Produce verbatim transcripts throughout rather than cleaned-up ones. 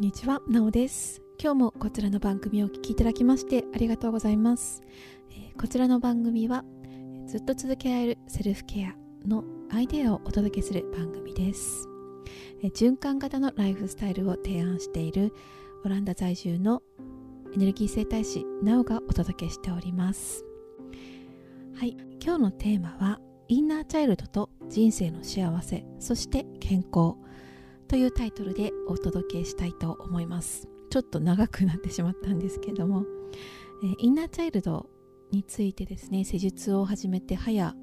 んにちは、なおです。今日もこちらの番組をお聞きいただきましてありがとうございます。えー、こちらの番組はずっと続けられるセルフケアのアイデアをお届けする番組です。えー、循環型のライフスタイルを提案しているオランダ在住のエネルギー整体師なおがお届けしております。はい、今日のテーマはインナーチャイルドと人生の幸せ、そして健康というタイトルでお届けしたいと思います。ちょっと長くなってしまったんですけれども、えー、インナーチャイルドについてですね、施術を始めて早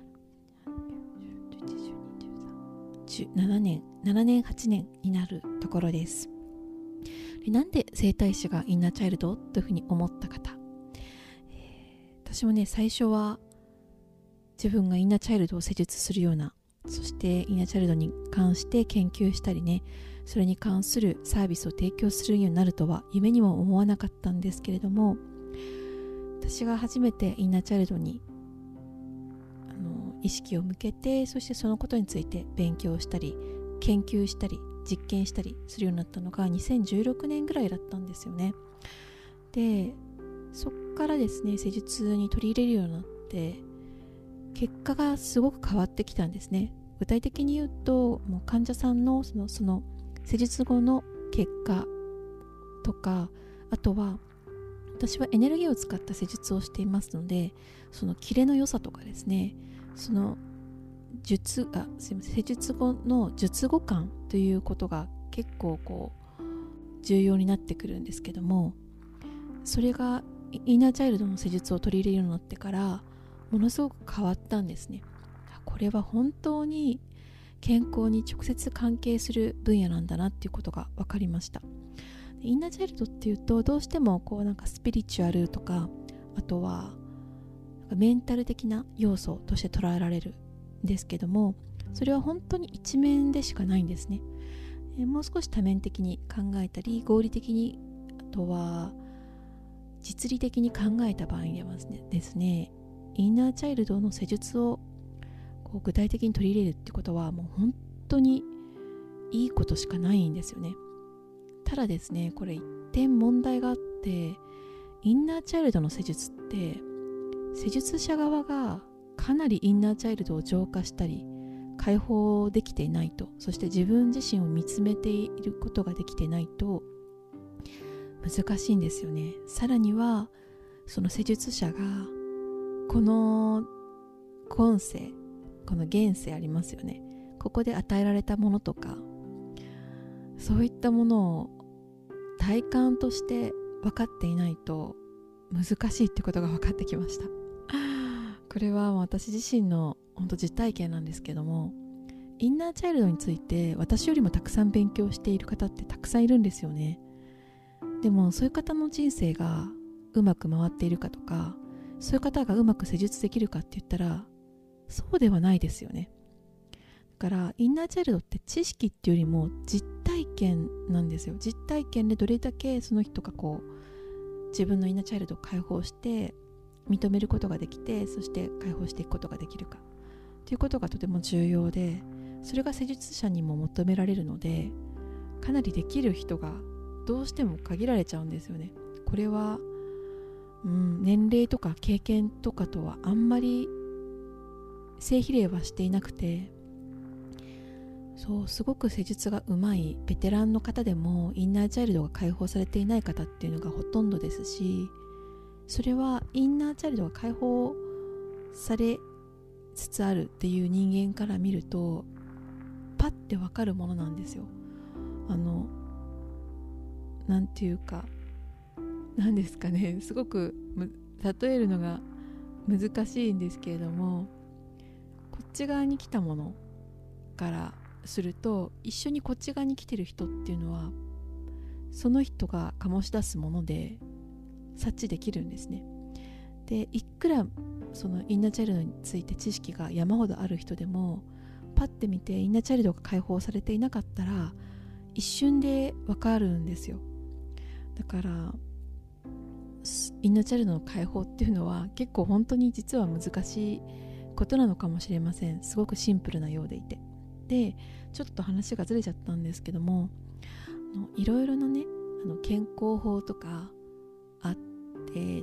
ななねん、ななねんはちねんになるところです。で、なんで整体師がインナーチャイルドというふうに思った方、えー、私もね、最初は自分がインナーチャイルドを施術するような、そしてインナーチャイルドに関して研究したりね、それに関するサービスを提供するようになるとは夢にも思わなかったんですけれども、私が初めてインナーチャイルドにあの意識を向けて、そしてそのことについて勉強したり研究したり実験したりするようになったのがにせんじゅうろくねんぐらいだったんですよね。で、そっからですね、施術に取り入れるようになって結果がすごく変わってきたんですね。具体的に言うと、もう患者さんのその、その施術後の結果とか、あとは私はエネルギーを使った施術をしていますので、そのキレの良さとかですね、その術あすいません施術後の術後感ということが結構こう重要になってくるんですけども、それがインナーチャイルドの施術を取り入れるようになってからものすごく変わったんですね。これは本当に健康に直接関係する分野なんだなっていうことが分かりました。インナーチャイルドっていうと、どうしてもこうなんかスピリチュアルとか、あとはメンタル的な要素として捉えられるんですけども、それは本当に一面でしかないんですね。もう少し多面的に考えたり、合理的に、あとは実利的に考えた場合ではですね、インナーチャイルドの施術をこう具体的に取り入れるってことはもう本当にいいことしかないんですよね。ただですね、これ一点問題があって、インナーチャイルドの施術って施術者側がかなりインナーチャイルドを浄化したり解放できていないと、そして自分自身を見つめていることができていないと難しいんですよね。さらにはその施術者がこの今世、この現世ありますよね、ここで与えられたものとか、そういったものを体感として分かっていないと難しいってことが分かってきました。これは私自身の本当実体験なんですけども、インナーチャイルドについて私よりもたくさん勉強している方ってたくさんいるんですよね。でもそういう方の人生がうまく回っているかとか、そういう方がうまく施術できるかって言ったらそうではないですよね。だからインナーチャイルドって知識っていうよりも実体験なんですよ。実体験でどれだけその人がこう自分のインナーチャイルドを解放して認めることができて、そして解放していくことができるかということがとても重要で、それが施術者にも求められるので、かなりできる人がどうしても限られちゃうんですよね。これは、うん、年齢とか経験とかとはあんまり正比例はしていなくて、そうすごく施術がうまいベテランの方でもインナーチャイルドが解放されていない方っていうのがほとんどですし、それはインナーチャイルドが解放されつつあるっていう人間から見るとパッてわかるものなんですよ。あのなんていうか、なんですかね、すごく例えるのが難しいんですけれども、こっち側に来たものからすると、一緒にこっち側に来てる人っていうのはその人が醸し出すもので察知できるんですね。で、いくらそのインナーチャイルドについて知識が山ほどある人でも、パッて見てインナーチャイルドが解放されていなかったら一瞬でわかるんですよ。だからインナーチャイルドの解放っていうのは結構本当に実は難しいことなのかもしれません。すごくシンプルなようでいて、でちょっと話がずれちゃったんですけども、 のいろいろなねあの健康法とかあって、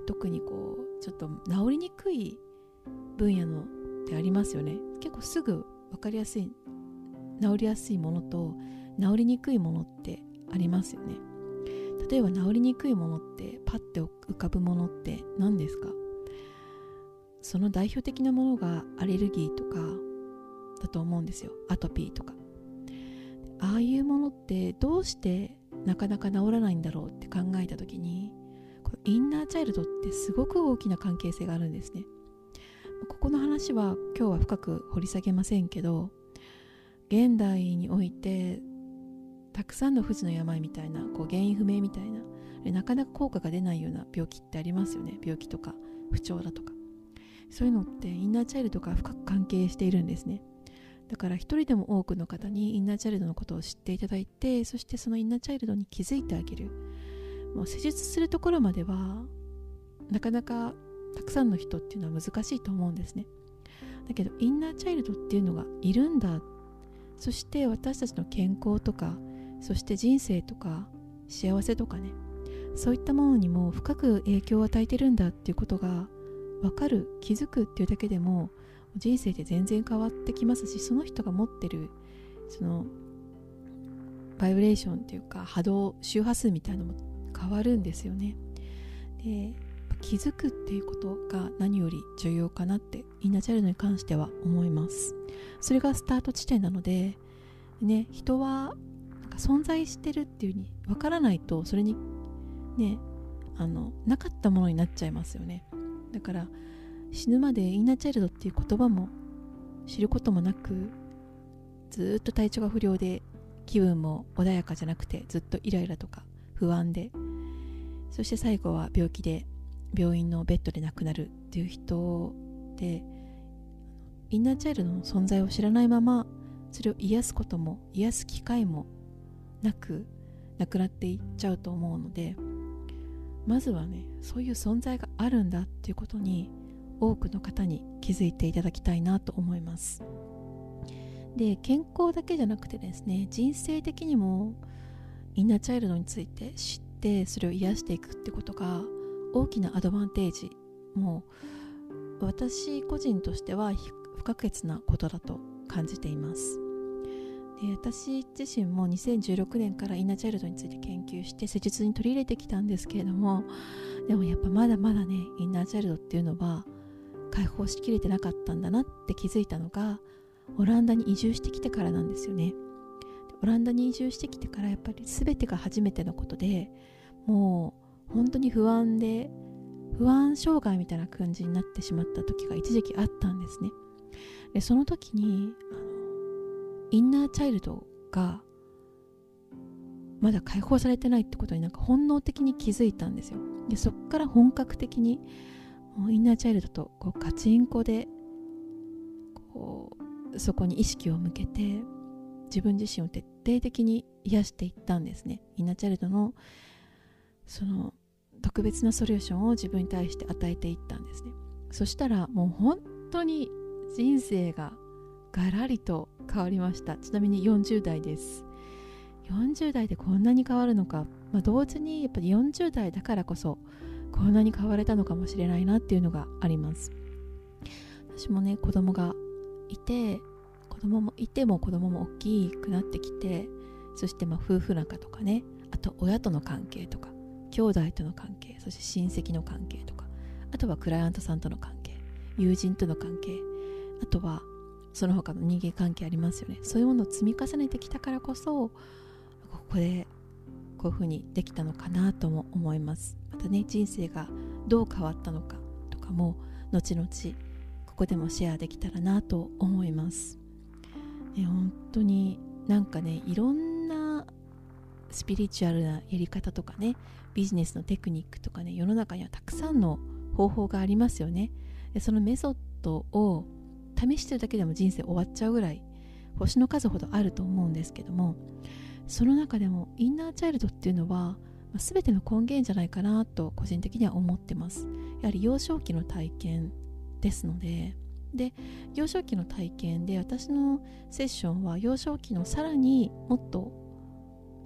特にこうちょっと治りにくい分野のってありますよね。結構すぐ分かりやすい、治りやすいものと治りにくいものってありますよね。例えば治りにくいものってパッて浮かぶものって何ですか？その代表的なものがアレルギーとかだと思うんですよ。アトピーとか。ああいうものってどうしてなかなか治らないんだろうって考えた時に、このインナーチャイルドってすごく大きな関係性があるんですね。ここの話は今日は深く掘り下げませんけど、現代においてたくさんの不治の病みたいな、こう原因不明みたいな、なかなか効果が出ないような病気ってありますよね。病気とか不調だとか、そういうのってインナーチャイルドが深く関係しているんですね。だから一人でも多くの方にインナーチャイルドのことを知っていただいて、そしてそのインナーチャイルドに気づいてあげる。もう施術するところまではなかなかたくさんの人っていうのは難しいと思うんですね。だけどインナーチャイルドっていうのがいるんだ。そして私たちの健康とか、そして人生とか幸せとかね、そういったものにも深く影響を与えてるんだっていうことが分かる、気づくっていうだけでも人生って全然変わってきますし、その人が持ってるそのバイブレーションっていうか波動、周波数みたいなのも変わるんですよね。で、気づくっていうことが何より重要かなってインナーチャイルドに関しては思います。それがスタート地点なのでね、人はなんか存在してるっていう風に分からないと、それにね、あのなかったものになっちゃいますよね。だから死ぬまでインナーチャイルドっていう言葉も知ることもなく、ずっと体調が不良で気分も穏やかじゃなくて、ずっとイライラとか不安で、そして最後は病気で病院のベッドで亡くなるっていう人で、インナーチャイルドの存在を知らないままそれを癒すことも癒す機会もなくなくなっていっちゃうと思うので、まずはね、そういう存在があるんだっていうことに多くの方に気づいていただきたいなと思います。で、健康だけじゃなくてですね、人生的にもインナーチャイルドについて知ってそれを癒していくってことが大きなアドバンテージ、もう私個人としては不可欠なことだと感じています。で、私自身もにせんじゅうろくねんからインナーチャイルドについて研究して施術に取り入れてきたんですけれども、でもやっぱまだまだね、インナーチャイルドっていうのは解放しきれてなかったんだなって気づいたのがオランダに移住してきてからなんですよね。オランダに移住してきてからやっぱり全てが初めてのことで、もう本当に不安で不安障害みたいな感じになってしまった時が一時期あったんですね。で、その時にあのインナーチャイルドがまだ解放されてないってことになんか本能的に気づいたんですよ。で、そこから本格的にインナーチャイルドとこうガチンコでこうそこに意識を向けて自分自身を徹底的に癒していったんですね。インナーチャイルドのその特別なソリューションを自分に対して与えていったんですね。そしたらもう本当に人生がガラリと変わりました。ちなみによんじゅう代です。よんじゅう代でこんなに変わるのか、まあ、同時にやっぱりよんじゅう代だからこそこんなに変われたのかもしれないなっていうのがあります。私もね、子供がいて子供もいても子供も大きくなってきて、そしてまあ夫婦仲とかね、あと親との関係とか兄弟との関係、そして親戚の関係とか、あとはクライアントさんとの関係、友人との関係、あとはその他の人間関係ありますよね。そういうものを積み重ねてきたからこそここでこういうふうにできたのかなとも思います。またね、人生がどう変わったのかとかも後々ここでもシェアできたらなと思います。ね、本当になんかね、いろんなスピリチュアルなやり方とかね、ビジネスのテクニックとかね、世の中にはたくさんの方法がありますよね。で、そのメソッドを試してるだけでも人生終わっちゃうぐらい星の数ほどあると思うんですけども、その中でもインナーチャイルドっていうのは、まあ、全ての根源じゃないかなと個人的には思ってます。やはり幼少期の体験ですので、で幼少期の体験で私のセッションは幼少期のさらにもっと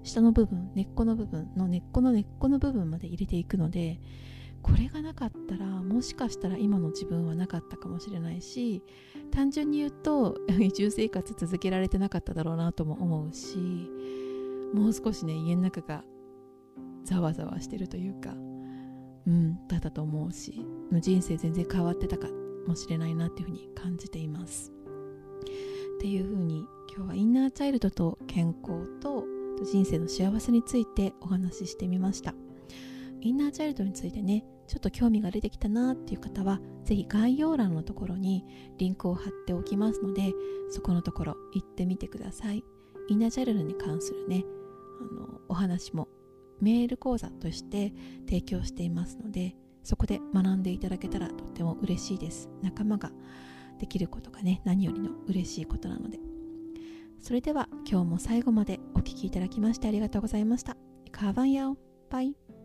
下の部分、根っこの部分の根っこの根っこの部分まで入れていくので、これがなかったらもしかしたら今の自分はなかったかもしれないし、単純に言うと移住生活続けられてなかっただろうなとも思うし、もう少しね家の中がざわざわしてるというか、うんだったと思うし、人生全然変わってたかもしれないなっていうふうに感じています。っていうふうに今日はインナーチャイルドと健康と人生の幸せについてお話ししてみました。インナーチャイルドについてねちょっと興味が出てきたなっていう方は、ぜひ概要欄のところにリンクを貼っておきますので、そこのところ行ってみてください。インナーチャイルドに関するねあのお話もメール講座として提供していますので、そこで学んでいただけたらとっても嬉しいです。仲間ができることがね何よりの嬉しいことなので。それでは今日も最後までお聞きいただきましてありがとうございました。カーバンヤオバイ。